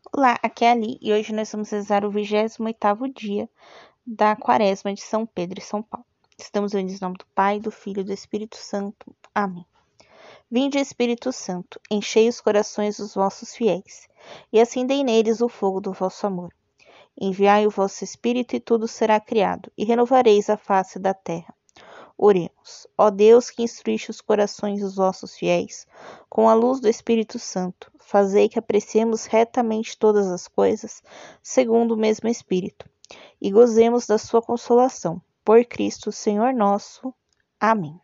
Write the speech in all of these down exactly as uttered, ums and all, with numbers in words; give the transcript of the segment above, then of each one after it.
Olá, aqui é a Ali e hoje nós vamos rezar o vigésimo oitavo dia da Quaresma de São Pedro e São Paulo. Estamos unidos em nome do Pai, do Filho e do Espírito Santo. Amém. Vinde, Espírito Santo, enchei os corações dos vossos fiéis e acendei neles o fogo do vosso amor. Enviai o vosso Espírito e tudo será criado e renovareis a face da terra. Oremos. Ó Deus, que instruíste os corações dos vossos fiéis com a luz do Espírito Santo, fazei que apreciemos retamente todas as coisas, segundo o mesmo Espírito, e gozemos da sua consolação. Por Cristo, Senhor nosso. Amém.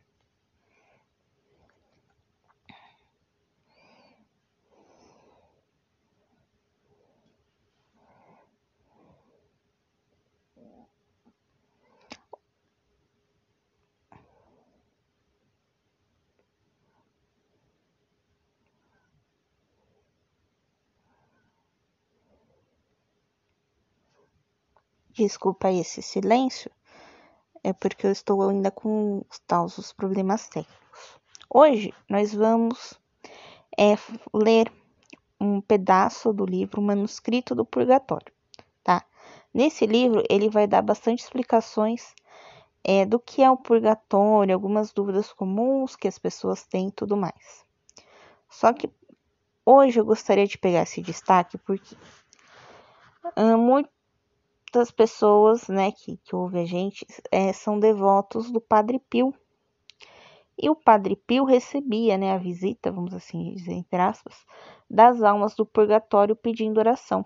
Desculpa aí esse silêncio, é porque eu estou ainda com os tais os problemas técnicos. Hoje nós vamos é, ler um pedaço do livro Manuscrito do Purgatório, tá? Nesse livro ele vai dar bastante explicações é, do que é o purgatório, algumas dúvidas comuns que as pessoas têm e tudo mais. Só que hoje eu gostaria de pegar esse destaque porque hum, muitas pessoas, né, que, que ouvem a gente é, são devotos do Padre Pio. E o Padre Pio recebia, né, a visita, vamos assim dizer, entre aspas, das almas do purgatório pedindo oração.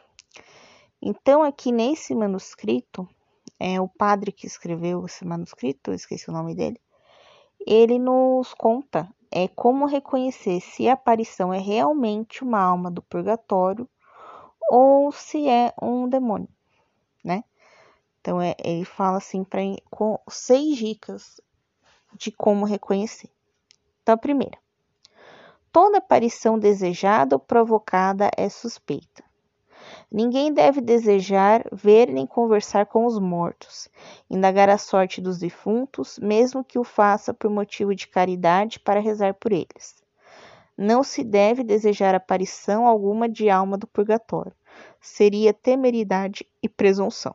Então, aqui nesse manuscrito, é, o padre que escreveu esse manuscrito, eu esqueci o nome dele, ele nos conta é, como reconhecer se a aparição é realmente uma alma do purgatório ou se é um demônio, né? Então, é, ele fala assim, pra, com seis dicas de como reconhecer. Então, a primeira. Toda aparição desejada ou provocada é suspeita. Ninguém deve desejar ver nem conversar com os mortos, indagar a sorte dos defuntos, mesmo que o faça por motivo de caridade para rezar por eles. Não se deve desejar aparição alguma de alma do purgatório. Seria temeridade e presunção.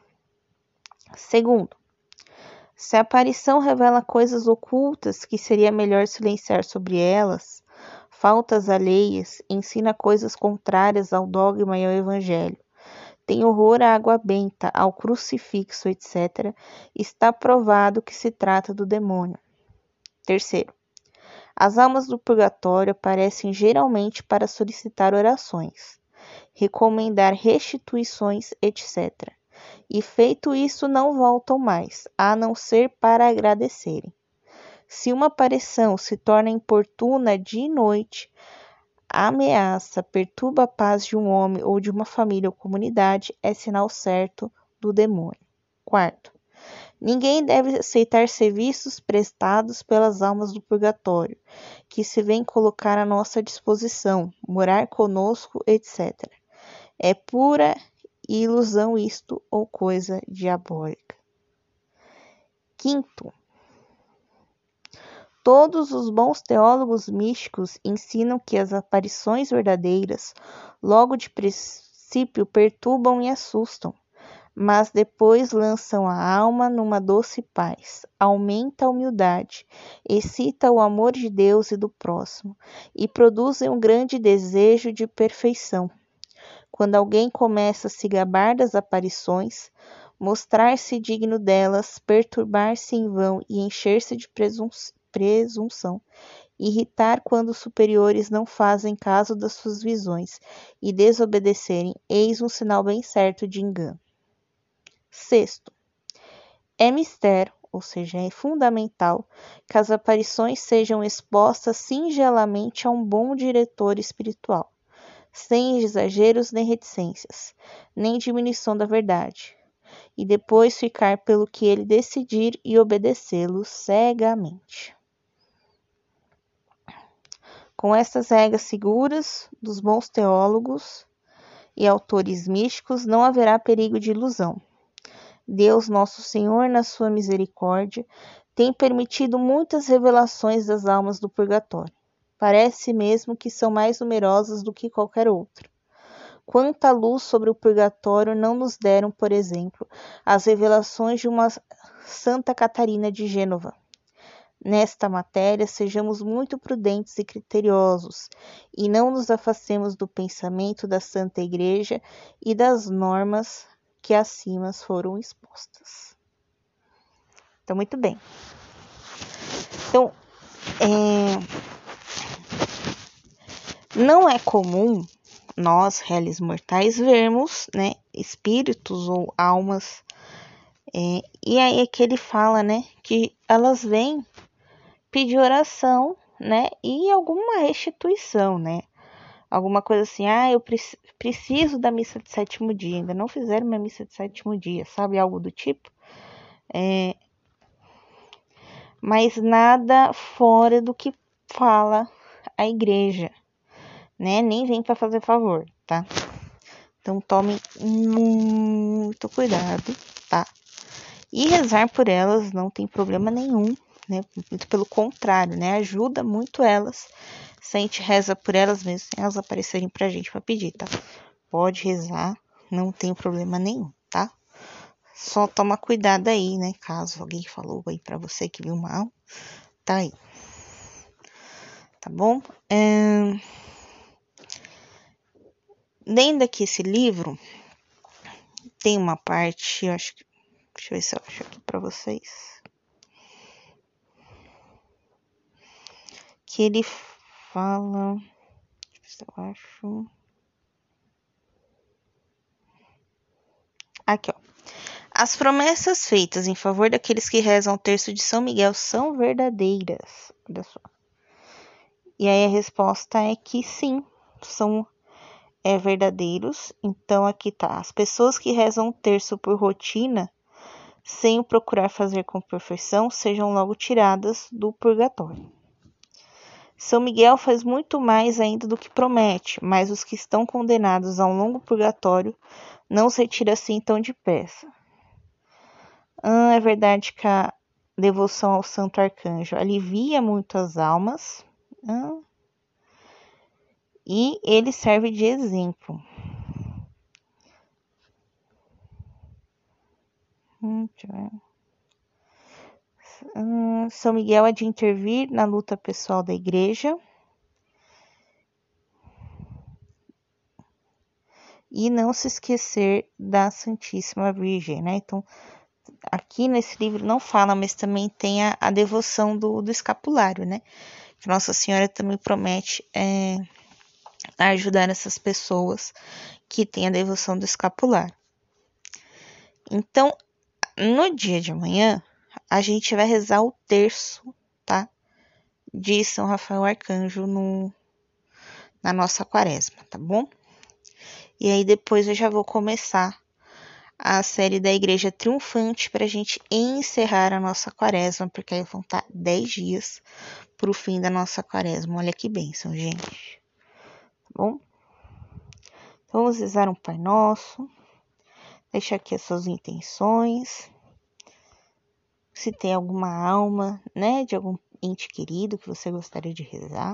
Segundo, se a aparição revela coisas ocultas que seria melhor silenciar sobre elas, faltas alheias, ensina coisas contrárias ao dogma e ao evangelho, tem horror à água benta, ao crucifixo, etcétera, está provado que se trata do demônio. Terceiro, as almas do purgatório aparecem geralmente para solicitar orações, recomendar restituições, etcétera. E feito isso não voltam mais, a não ser para agradecerem. Se uma aparição se torna importuna de noite, ameaça, perturba a paz de um homem ou de uma família ou comunidade, é sinal certo do demônio. Quarto, ninguém deve aceitar serviços prestados pelas almas do purgatório, que se vêm colocar à nossa disposição, morar conosco, etcétera. É pura ilusão isto ou coisa diabólica. Quinto, todos os bons teólogos místicos ensinam que as aparições verdadeiras, logo de princípio, perturbam e assustam, mas depois lançam a alma numa doce paz, aumenta a humildade, excita o amor de Deus e do próximo, e produzem um grande desejo de perfeição. Quando alguém começa a se gabar das aparições, mostrar-se digno delas, perturbar-se em vão e encher-se de presunção, presunção, irritar quando os superiores não fazem caso das suas visões e desobedecerem, eis um sinal bem certo de engano. Sexto, é mistério, ou seja, é fundamental que as aparições sejam expostas singelamente a um bom diretor espiritual, sem exageros nem reticências, nem diminuição da verdade, e depois ficar pelo que ele decidir e obedecê-lo cegamente. Com estas regras seguras dos bons teólogos e autores místicos, não haverá perigo de ilusão. Deus, nosso Senhor, na sua misericórdia, tem permitido muitas revelações das almas do purgatório. Parece mesmo que são mais numerosas do que qualquer outra. Quanta luz sobre o purgatório não nos deram, por exemplo, as revelações de uma Santa Catarina de Gênova. Nesta matéria, sejamos muito prudentes e criteriosos, e não nos afastemos do pensamento da Santa Igreja e das normas que acima foram expostas. Então, muito bem. Então, é... não é comum nós, réis mortais, vermos, né, espíritos ou almas, é... e aí é que ele fala, né, que elas vêm pedir oração, né, e alguma restituição, né, alguma coisa assim, ah, eu pre- preciso da missa de sétimo dia, ainda não fizeram minha missa de sétimo dia, sabe, algo do tipo, é, mas nada fora do que fala a igreja, né, nem vem para fazer favor, tá, então tomem muito cuidado, tá, e rezar por elas não tem problema nenhum, né? Muito pelo contrário, né? Ajuda muito elas. Se a gente reza por elas mesmo, sem elas aparecerem pra gente pra pedir, tá? Pode rezar, não tem problema nenhum, tá? Só toma cuidado aí, né? Caso alguém falou aí pra você que viu mal, tá aí. Tá bom? É... Lendo aqui esse livro, tem uma parte, eu acho que... Deixa eu ver se eu acho aqui pra vocês. Que ele fala... Deixa eu ver se eu acho... Aqui, ó. As promessas feitas em favor daqueles que rezam o terço de São Miguel são verdadeiras. Olha só. E aí a resposta é que sim, são é, verdadeiros. Então aqui tá. As pessoas que rezam o terço por rotina, sem o procurar fazer com perfeição, sejam logo tiradas do purgatório. São Miguel faz muito mais ainda do que promete, mas os que estão condenados a um longo purgatório não se retira assim tão depressa. Ah, é verdade que a devoção ao Santo Arcanjo alivia muito as almas. Ah, e ele serve de exemplo. Hum, ah, São Miguel é de intervir na luta pessoal da igreja. E não se esquecer da Santíssima Virgem, né? Então, aqui nesse livro não fala, mas também tem a, a devoção do, do escapulário, né? Que Nossa Senhora também promete é, ajudar essas pessoas que têm a devoção do escapulário. Então, no dia de amanhã, a gente vai rezar o terço, tá? De São Rafael Arcanjo no, na nossa quaresma, tá bom? E aí depois eu já vou começar a série da Igreja Triunfante para a gente encerrar a nossa quaresma, porque aí vão estar dez dias para o fim da nossa quaresma. Olha que bênção, gente. Tá bom? Então, vamos rezar um Pai Nosso. Deixa aqui as suas intenções. Se tem alguma alma, né, de algum ente querido que você gostaria de rezar.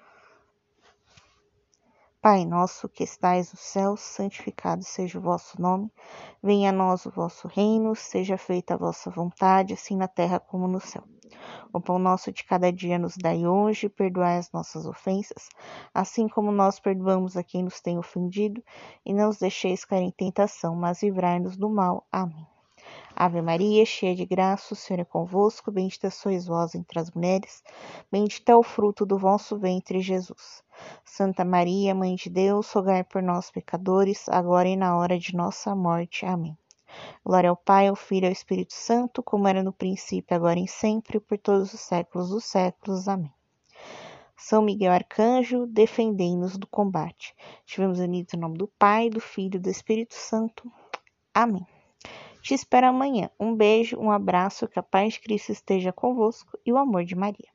Pai nosso que estais no céu, santificado seja o vosso nome. Venha a nós o vosso reino, seja feita a vossa vontade, assim na terra como no céu. O pão nosso de cada dia nos dai hoje, perdoai as nossas ofensas, assim como nós perdoamos a quem nos tem ofendido, e não os deixeis cair em tentação, mas livrai-nos do mal. Amém. Ave Maria, cheia de graça, o Senhor é convosco, bendita sois vós entre as mulheres, bendito é o fruto do vosso ventre, Jesus. Santa Maria, Mãe de Deus, rogai por nós, pecadores, agora e na hora de nossa morte. Amém. Glória ao Pai, ao Filho e ao Espírito Santo, como era no princípio, agora e sempre, por todos os séculos dos séculos. Amém. São Miguel Arcanjo, defendei-nos do combate. Estivemos unidos em nome do Pai, do Filho e do Espírito Santo. Amém. Te espero amanhã. Um beijo, um abraço, que a paz de Cristo esteja convosco e o amor de Maria.